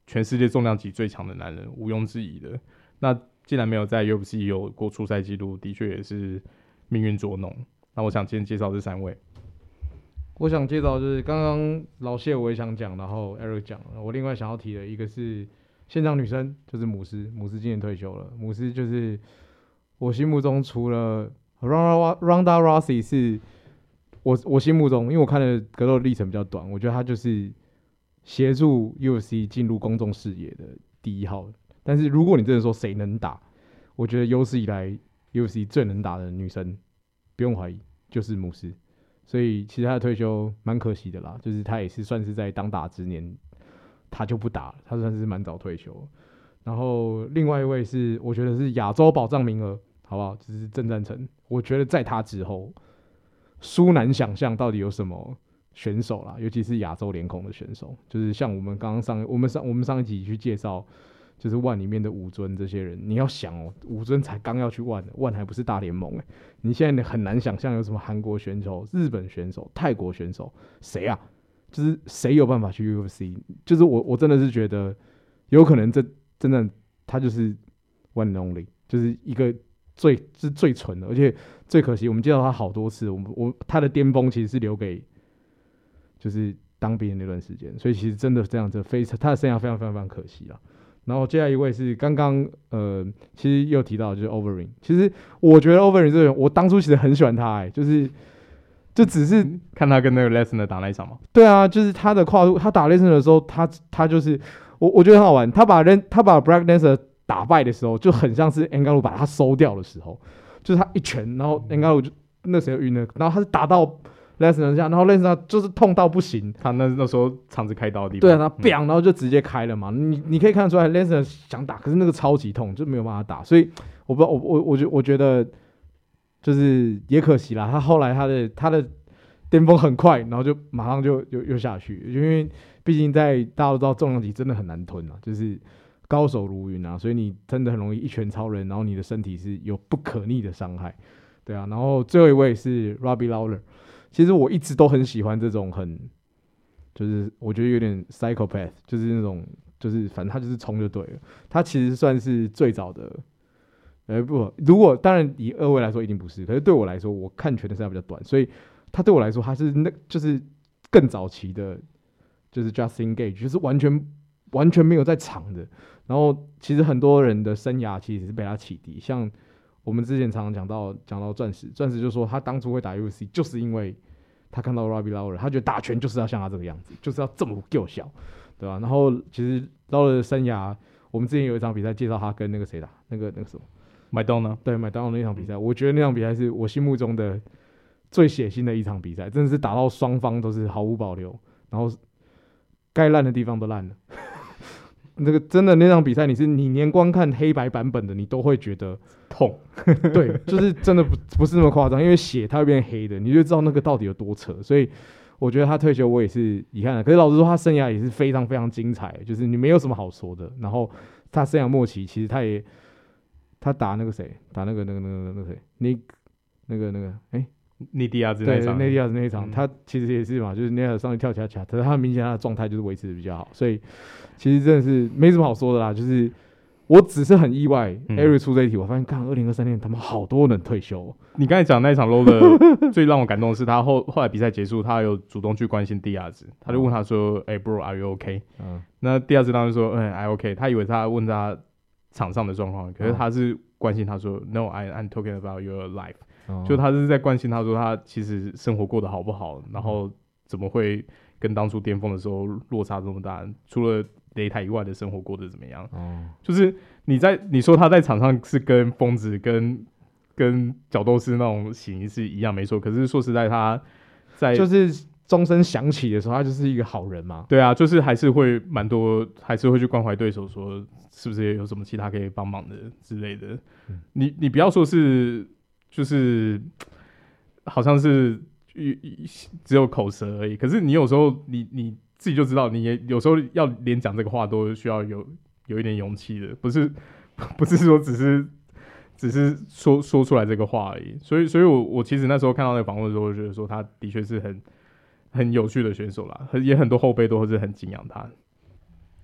全世界重量级最强的男人，毋庸置疑的。那既然没有在 U F C 有过出赛记录，的确也是命运捉弄。那我想今天介绍这三位。 我想介绍就是刚刚老谢我也想讲，然后 Eric 讲了，我另外想要提的一个是现场女生，就是姆斯，姆斯今年退休了，姆斯就是我心目中除了 Ronda Ronda Rousey 是我我心目中，因为我看的格斗历程比较短，我觉得他就是协助 U F C 进入公众视野的第一号。但是如果你真的说谁能打，我觉得有史以来 U F C 最能打的女生，不用怀疑就是姆斯。所以其实他的退休蛮可惜的啦，就是他也是算是在当打之年，他就不打了，他算是蛮早退休。然后另外一位是我觉得是亚洲保障名额，好不好？就是郑战成，我觉得在他之后，殊难想象到底有什么选手啦，尤其是亚洲脸孔的选手，就是像我们刚刚上我们上我们上一集去介绍。就是万里面的武尊这些人，你要想哦，武尊才刚要去万，万还不是大联盟哎，你现在很难想象有什么韩国选手、日本选手、泰国选手，谁啊？就是谁有办法去 U F C？ 就是我我真的是觉得有可能这真的他就是 one and only， 就是一个最是最纯的，而且最可惜我们介绍他好多次，我们我他的巅峰其实是留给就是当兵的那段时间，所以其实真的这样子非常他的生涯非常非常非常可惜啊。然后接下来一位是刚刚呃，其实又提到就是 Overeem， 其实我觉得 Overeem 这个人，我当初其实很喜欢他、欸，就是就只是看他跟那个 Lesnar 打那一场嘛。 对啊，就是他的跨度，他打 Lesnar 的时候，他他就是我我觉得很好玩，他把人他把 Brock Lesnar 打败的时候，就很像是 Ngannou 把他收掉的时候，就是他一拳，然后 Ngannou 就那谁晕了，然后他是打到 Lesnar 下，然后 Lesnar 就是痛到不行， 他那那时候肠子开刀的地方， 对啊，他 biang， 然后就直接开了嘛。你你可以看得出来 ，Lesnar 想打，可是那个超级痛，就没有办法打。所以我不知道，我我我觉我觉得就是也可惜啦。他后来他的他的巅峰很快，然后就马上就又又下去，因为毕竟在大家都知道重量级真的很难吞啊，就是高手如云啊，所以你真的很容易一拳超人，然后你的身体是有不可逆的伤害，对啊。然后最后一位是 Robbie Lawler。其实我一直都很喜欢这种很，就是我觉得有点 psychopath， 就是那种，就是反正他就是冲就对了。他其实算是最早的，呃不，如果当然以二位来说一定不是，可是对我来说，我看拳的时间比较短，所以他对我来说他是那，就是更早期的，就是 Justin Gage， 就是完全完全没有在场的。然后其实很多人的生涯其实是被他启迪，像。我们之前常常讲到讲到钻石，钻石就说他当初会打 U F C， 就是因为他看到 Robbie Lawler， 他觉得打拳就是要像他这个样子，就是要这么幼小，对吧？然后其实 Lawler 的生涯，我们之前有一场比赛介绍他跟那个谁打，那个那个什么麦当劳， 对麦当劳那场比赛，我觉得那场比赛是我心目中的最血腥的一场比赛，真的是打到双方都是毫无保留，然后该烂的地方都烂了。那个真的那场比赛，你是你连光看黑白版本的，你都会觉得痛。 对，就是真的不不是那么夸张，因为血它会变黑的，你就知道那个到底有多扯。所以我觉得他退休我也是遗憾的。可是老实说，他生涯也是非常非常精彩，就是你没有什么好说的。然后他生涯末期，其实他也他打那个谁，打那个那个那个那个谁，那那个那个哎。 内迪亚兹那一场， 对内迪亚兹那一场、 嗯，他其实也是嘛，就是内迪亚兹上去跳恰恰，可是他明显他的状态就是维持的比较好，所以其实真的是没什么好说的啦。就是我只是很意外、嗯、，Eric 出这一题，我发现看二零二三年他们好多人退休、喔。 你刚才讲那一场 low 的最让我感动的是他后后来比赛结束，他有主动去关心迪亚兹，他就问他说：“哎、嗯欸、，bro，are you OK？” 嗯，那迪亚兹当时说：“嗯 ，I OK。”他以为他问他场上的状况，可是他是关心他说、嗯、：“No，I I'm talking about your life。”就他是在关心他说他其实生活过得好不好，然后怎么会跟当初巅峰的时候落差这么大？除了擂台以外的生活过得怎么样？哦、就是你在你说他在场上是跟疯子跟跟角斗士那种型是一样没错，可是说实在他在就是钟声响起的时候，他就是一个好人嘛。 对啊，就是还是会蛮多，还是会去关怀对手，说是不是有什么其他可以帮忙的之类的。嗯、你你不要说是。就是好像是只有口舌而已，可是你有时候你你自己就知道，你也有时候要连讲这个话都需要有有一点勇气的，不是不是说只是只是说说出来这个话而已。所以所以我我其实那时候看到那个访问的时候，我觉得说他的确是很很有趣的选手啦，也很多后辈都是很敬仰他。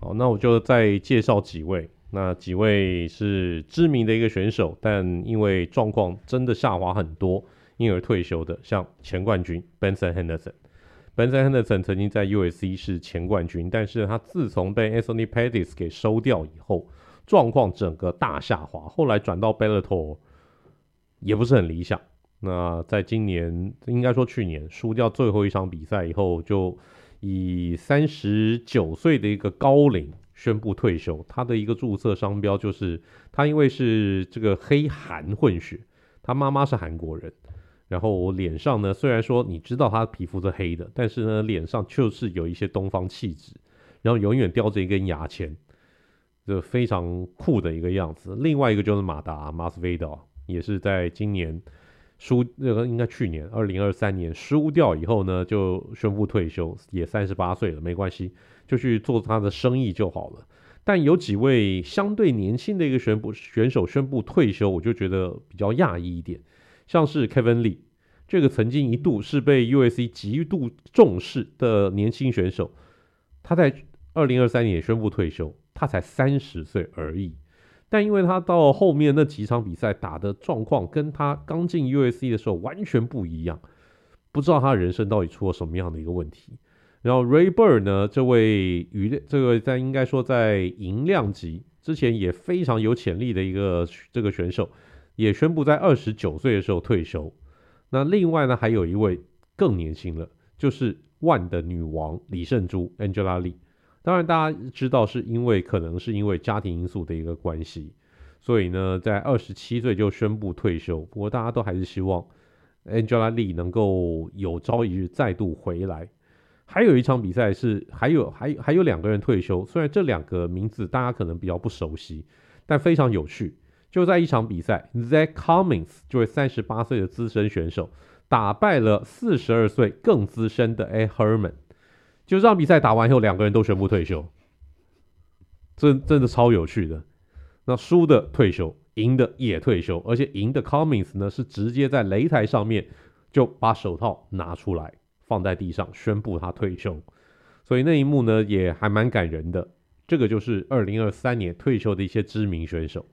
好，那我就再介绍几位。那几位是知名的一个选手，但因为状况真的下滑很多，因而退休的，像前冠军 Benson Henderson。Benson Henderson 曾经在 U F C 是前冠军，但是他自从被 Anthony Pettis 给收掉以后，状况整个大下滑，后来转到 Bellator 也不是很理想。那在今年，应该说去年输掉最后一场比赛以后，就以三十九岁的一个高龄宣布退休。他的一个注册商标就是他因为是这个黑韩混血，他妈妈是韩国人，然后脸上呢虽然说你知道他皮肤是黑的，但是呢脸上就是有一些东方气质，然后永远叼着一根牙签，这非常酷的一个样子。另外一个就是马达 Masvidal， 也是在今年输那个应该去年二零二三年输掉以后呢，就宣布退休，也三十八岁了，没关系，就去做他的生意就好了。但有几位相对年轻的一个选布选手宣布退休，我就觉得比较讶异一点，像是 Kevin Lee 这个曾经一度是被 U F C 极度重视的年轻选手，他在二零二三年也宣布退休，他才三十岁而已。但因为他到后面那几场比赛打的状况跟他刚进 U F C 的时候完全不一样，不知道他人生到底出了什么样的一个问题。然后 Ray Bird 呢，这位娱这个在应该说在银量级之前也非常有潜力的一个这个选手，也宣布在二十九岁的时候退休。那另外呢，还有一位更年轻了，就是万的女王李圣珠 Angela Lee。当然大家知道是因为可能是因为家庭因素的一个关系，所以呢在二十七岁就宣布退休。不过大家都还是希望 Angela Lee 能够有朝一日再度回来。还有一场比赛是还有还有还有两个人退休，虽然这两个名字大家可能比较不熟悉，但非常有趣。就在一场比赛 Zach Cummings 这位三十八岁的资深选手打败了四十二岁更资深的 Ed Herman。就这场比赛打完以后，两个人都宣布退休，这真的超有趣的。那输的退休，赢的也退休，而且赢的 Cummings 呢是直接在擂台上面就把手套拿出来放在地上宣布他退休，所以那一幕呢也还蛮感人的。这个就是二零二三年退休的一些知名选手。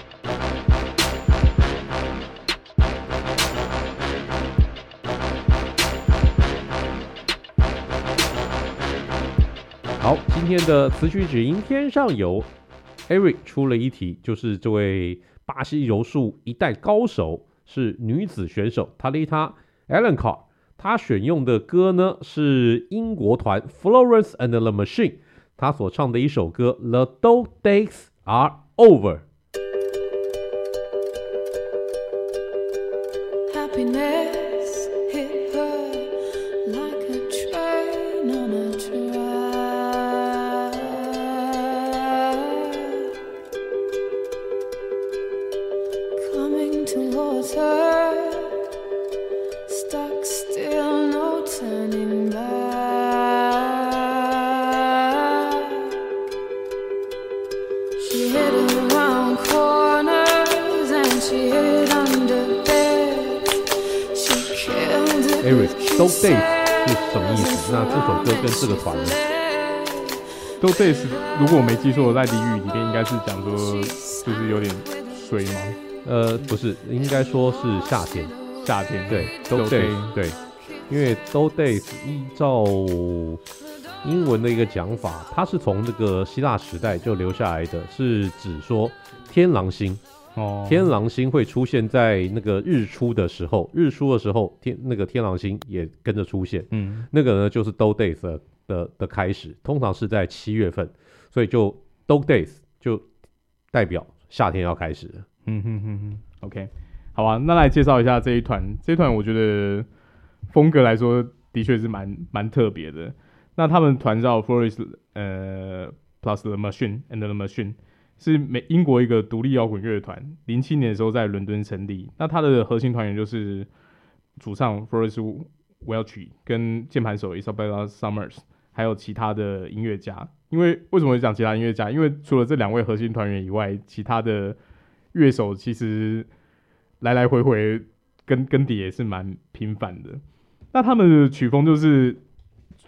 好，今天的词曲只应天上有 Eric 出了一题，就是这位巴西柔术一代高手，是女子选手 Talita Alencar， 她选用的歌呢是英国团 Florence and the Machine 她所唱的一首歌 The Dog Days Are Over。Happiness hit her like a train on a track。Towards her, stuck still, no turning back. She hid around corners and she hid under beds. She killed it. Eric, Dog Days 是什么意思？那这首歌跟这个团呢 ？Dog Days 如果我没记错，在俚语里面应该是讲说，就是有点水吗？ 呃，不是，应该说是夏天， 夏天对 ，Dog Days 对，因为 Dog Days 依照英文的一个讲法，它是从这个希腊时代就留下来的，是指说天狼星，哦，天狼星会出现在那个日出的时候，日出的时候天那个天狼星也跟着出现，嗯，那个呢就是 Dog Days 的 的, 的开始，通常是在七月份，所以就 Dog Days 就代表夏天要开始了。 嗯哼哼哼 ，OK， 好啊，那来介绍一下这一团。这一团我觉得风格来说的确是蛮蛮特别的。那他们团叫 Florence 呃 Plus the Machine and the Machine， 是美英国一个独立摇滚乐团，零七年的时候在伦敦成立。那他的核心团员就是主唱 Florence Welch 跟键盘手 Isabella Summers， 还有其他的音乐家。因为为什么会讲其他音乐家？因为除了这两位核心团员以外，其他的乐手其实来来回回跟更迭也是蛮频繁的。那他们的曲风就是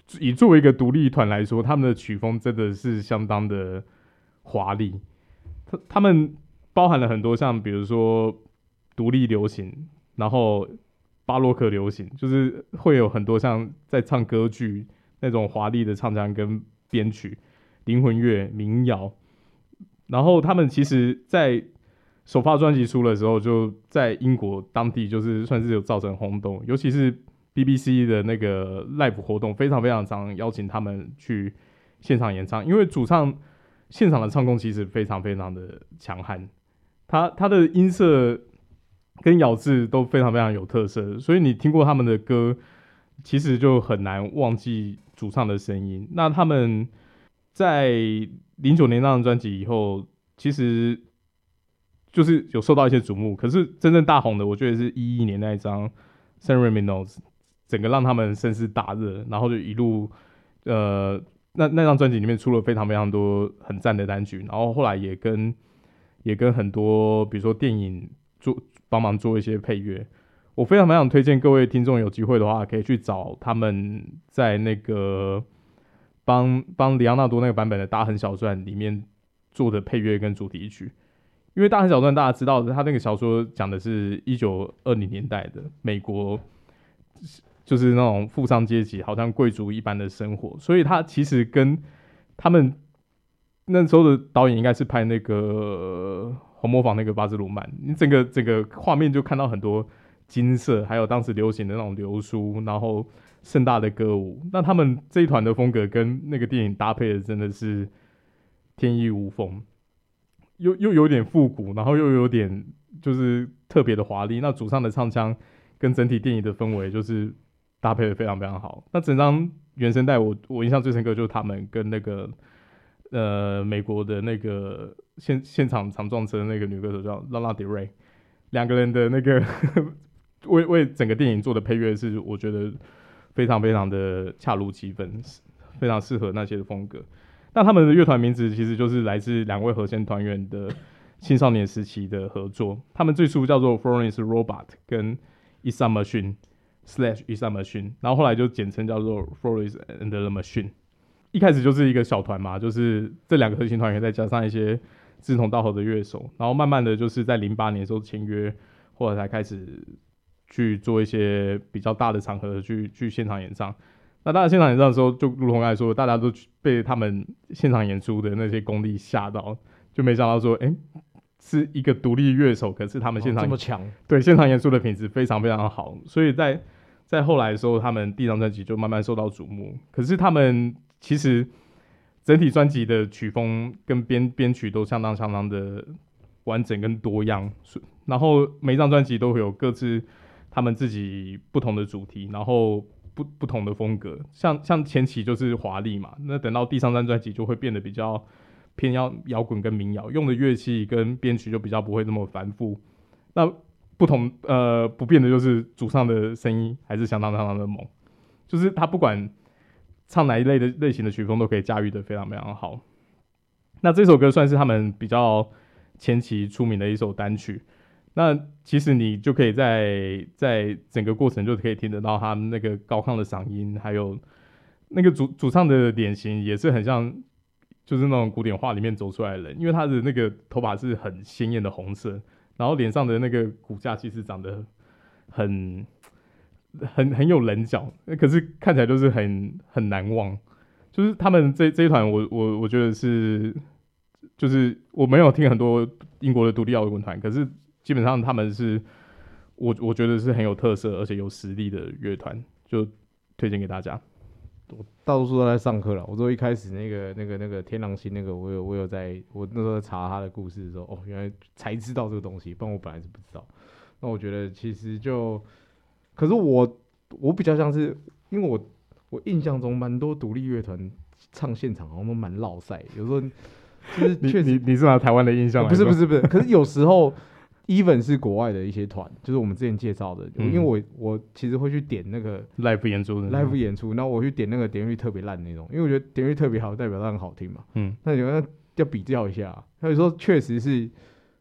以作为一个独立团来说，他们的曲风真的是相当的华丽。他他们包含了很多像比如说独立流行，然后巴洛克流行，就是会有很多像在唱歌剧那种华丽的唱腔跟编曲，灵魂乐、民谣。然后他们其实在首发专辑出的时候，就在英国当地就是算是有造成轰动，尤其是 B B C 的那个 live 活动非常非常常邀请他们去现场演唱，因为主唱现场的唱功其实非常非常的强悍，他他的音色跟咬字都非常非常有特色，所以你听过他们的歌，其实就很难忘记主唱的声音。那他们在零九年那张专辑以后，其实就是有受到一些瞩目，可是真正大红的，我觉得是一一年那一张《San Remo》，整个让他们声势大热，然后就一路呃，那那张专辑里面出了非常非常多很赞的单曲，然后后来也跟也跟很多比如说电影做帮忙做一些配乐。我非常非常推荐各位听众有机会的话，可以去找他们在那个帮帮里昂纳多那个版本的《大亨小传》里面做的配乐跟主题曲。因为《大亨小传》大家知道，他那个小说讲的是一九二零年代的美国，就是那种富商阶级，好像贵族一般的生活，所以他其实跟他们那时候的导演应该是拍那个红磨坊那个巴兹鲁曼，你整个整个画面就看到很多金色，还有当时流行的那种流苏，然后盛大的歌舞。那他们这一团的风格跟那个电影搭配的真的是天衣无缝。又又有点复古，然后又有点就是特别的华丽。那主唱的唱腔跟整体电影的氛围就是搭配的非常非常好。那整张原声带我我印象最深刻就是他们跟那个呃美国的那个现现场长撞车的那个女歌手叫拉拉迪瑞，两个人的那个为为整个电影做的配乐是我觉得非常非常的恰如其分，非常适合那些的风格。那他们的乐团名字其实就是来自两位和弦团员的青少年时期的合作。他们最初叫做 Florence Robot 跟 Isa Machine slash Isa Machine， 然后后来就简称叫做 Florence and the Machine。一开始就是一个小团嘛，就是这两个核心团员再加上一些志同道合的乐手，然后慢慢的就是在零八年的时候签约，后来才开始去做一些比较大的场合去去现场演唱。那大家现场演唱的时候，就如同刚才说的，大家都被他们现场演出的那些功力吓到，就没想到说，哎、欸，是一个独立乐手，可是他们现场、 哦、这么强， 对现场演出的品质非常非常好，所以在在后来的时候，他们第一张专辑就慢慢受到瞩目。可是他们其实整体专辑的曲风跟编编曲都相当相当的完整跟多样，然后每一张专辑都会有各自他们自己不同的主题，然后不不同的风格，像像前期就是华丽嘛，那等到第三张专辑就会变得比较偏摇摇滚跟民谣，用的乐器跟编曲就比较不会那么繁复。那不同呃不变的就是主唱的声音还是相当相当的猛，就是他不管唱哪一类的类型的曲风都可以驾驭的非常非常好。那这首歌算是他们比较前期出名的一首单曲。那其实你就可以在在整个过程就可以听得到他们那个高亢的嗓音，还有那个主主唱的脸型也是很像，就是那种古典画里面走出来的人，因为他的那个头发是很鲜艳的红色，然后脸上的那个骨架其实长得很很很有棱角，可是看起来就是很很难忘。就是他们这这一团我，我我我觉得是，就是我没有听很多英国的独立摇滚团，可是基本上他们是我我觉得是很有特色而且有实力的乐团，就推荐给大家。 我大多数都在上课了。我说一开始那个那个那个天狼星那个，我有我有在我那时候在查他的故事的时候，哦，原来才知道这个东西，不然我本来是不知道。那我觉得其实就，可是我我比较像是，因为我我印象中蛮多独立乐团唱现场好像都蛮落赛，有时候就是确实你你是拿台湾的印象来不说？ 是不是不是，可是有时候。even 是国外的一些团，就是我们之前介绍的，嗯、因为我我其实会去点那个 live 演出的 live 演出，然后我去点那个点阅率特别烂那种，因为我觉得点阅率特别好，代表它很好听嘛。嗯，那有要要比较一下，有时候确实是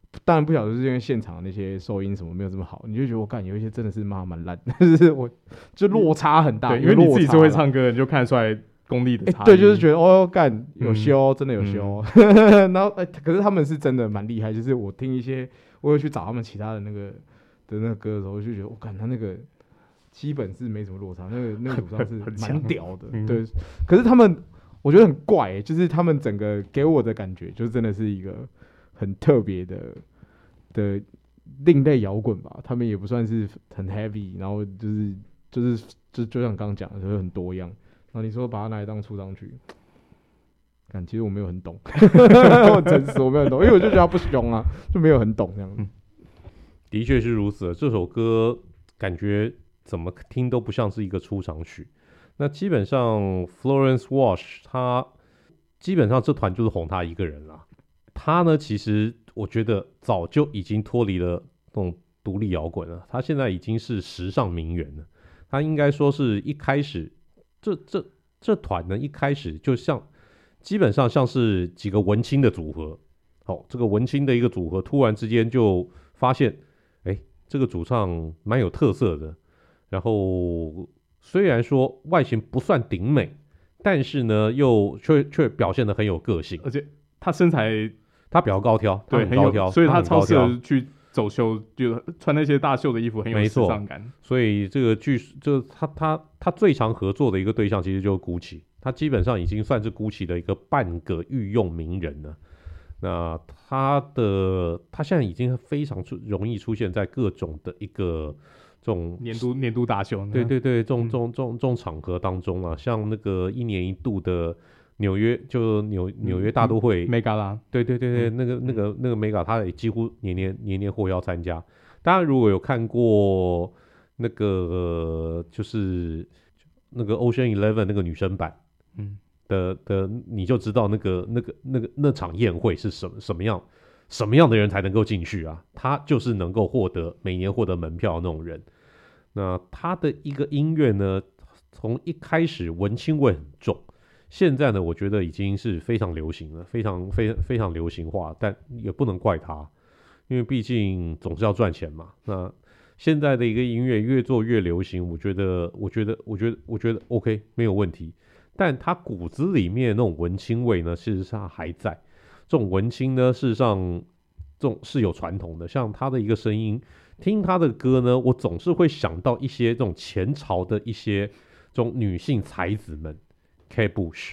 当然不晓得是因为现场那些收音什么没有这么好，你就觉得我干有一些真的是妈蛮烂，但是我就落差很大， 对，因为你自己是会唱歌，你就看得出来功力的差异。 欸、对，就是觉得哦干有修、嗯，真的有修。嗯、然后、欸、可是他们是真的蛮厉害，就是我听一些，我有去找他们其他的那个的那个歌的时候，我就觉得我干他那个基本是没什么落差，那个那个主唱是蛮屌的。嗯、对，可是他们我觉得很怪、欸，就是他们整个给我的感觉，就真的是一个很特别的的另类摇滚吧。他们也不算是很 heavy， 然后就是就是就就像刚刚讲的，就是很多样。然后你说把它拿来当出场曲，感其实我没有很懂，我真实我没有很懂，因为我就觉得他不凶啊，就没有很懂这样子。嗯、 的确是如此，这首歌感觉怎么听都不像是一个出场曲。那基本上 Florence Welch 他基本上这团就是红他一个人啦。他呢，其实我觉得早就已经脱离了那种独立摇滚了，他现在已经是时尚名媛了。他应该说是一开始。这这这团呢，一开始就像基本上像是几个文青的组合，好、哦，这个文青的一个组合，突然之间就发现，哎，这个主唱蛮有特色的。然后虽然说外形不算顶美，但是呢，又却却表现得很有个性， 而且他身材他比较高挑， 对， 很高挑， 所以他超适合去走秀，就穿那些大秀的衣服，很有时尚感。 所以这个剧，就他他他最常合作的一个对象，其实就是 Gucci。他基本上已经算是 Gucci 的一个半个御用名人了。那他的他现在已经非常出容易出现在各种的一个这种年度年度大秀， 对对对，这种这种这种这种场合当中啊，像那个一年一度的。纽约就纽纽约大都会 Mega 啦， 对对对对，嗯、那个那个那个 Mega， 他也几乎年年年年获邀参加。大家如果有看过那个、呃、就是那个 Ocean Eleven 那个女生版，嗯的的，你就知道那个那个那个那场宴会是什么什么样什么样的人才能够进去啊？他就是能够获得每年获得门票的那种人。那他的一个音乐呢，从一开始文青味很重。现在呢，我觉得已经是非常流行了，非常非非常流行化，但也不能怪他，因为毕竟总是要赚钱嘛。那现在的一个音乐越做越流行，我觉得，我觉得，我觉得，我觉得 OK 没有问题。但他骨子里面那种文青味呢，事实上还在。这种文青呢，事实上这种是有传统的。像他的一个声音，听他的歌呢，我总是会想到一些这种前朝的一些这种女性才子们。Kate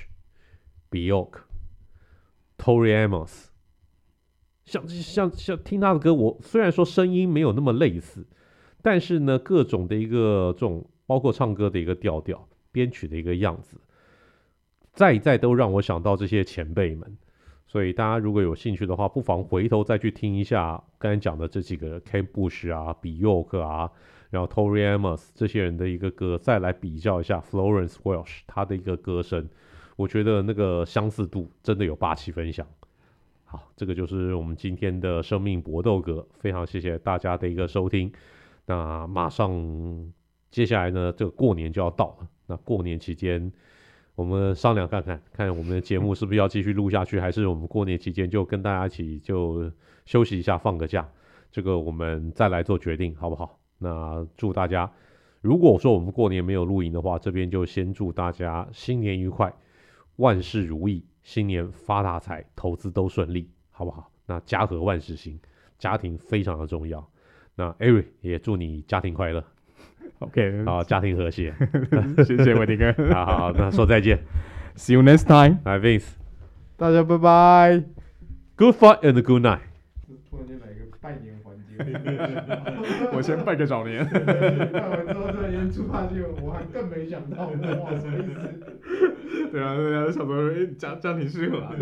Bush、Bjork、Tori Amos， 像像像听他的歌，我虽然说声音没有那么类似，但是呢，各种的一个这种，包括唱歌的一个调调、编曲的一个样子，再一再都让我想到这些前辈们。所以大家如果有兴趣的话，不妨回头再去听一下刚才讲的这几个 Kate Bush 啊、Bjork 啊。然后 Tori Amos 这些人的一个歌，再来比较一下 Florence Welch 他的一个歌声，我觉得那个相似度真的有八七分享。好，这个就是我们今天的生命搏斗歌，非常谢谢大家的一个收听。那马上接下来呢，这个过年就要到了，那过年期间我们商量看看，看我们的节目是不是要继续录下去，还是我们过年期间就跟大家一起就休息一下，放个假，这个我们再来做决定，好不好？那祝大家，如果说我们过年没有录影的话，这边就先祝大家新年愉快，万事如意，新年发大财，投资都顺利，好不好？那家和万事兴，家庭非常的重要。那 Eric 也祝你家庭快乐 ，OK， 好，家庭和谐， 谢谢伟霆哥， 好好，那说再见 ，See you next time， 来 Vince， 大家拜拜 ，Good fight and good night。 突然间来一个拜年环节， 我先拜个早年。 拜完之后突然间出发去，我还更没想到，哇，什么意思？ 对啊，对啊，想说，哎，家家庭适合啊。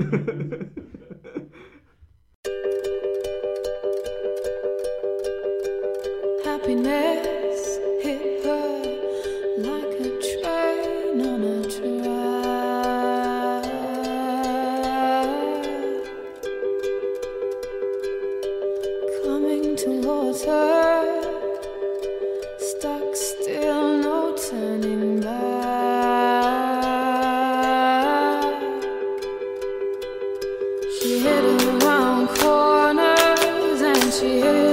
Happiness hit her like a train on a track, coming towards her, stuck still, no turning back. She hid around corners she hears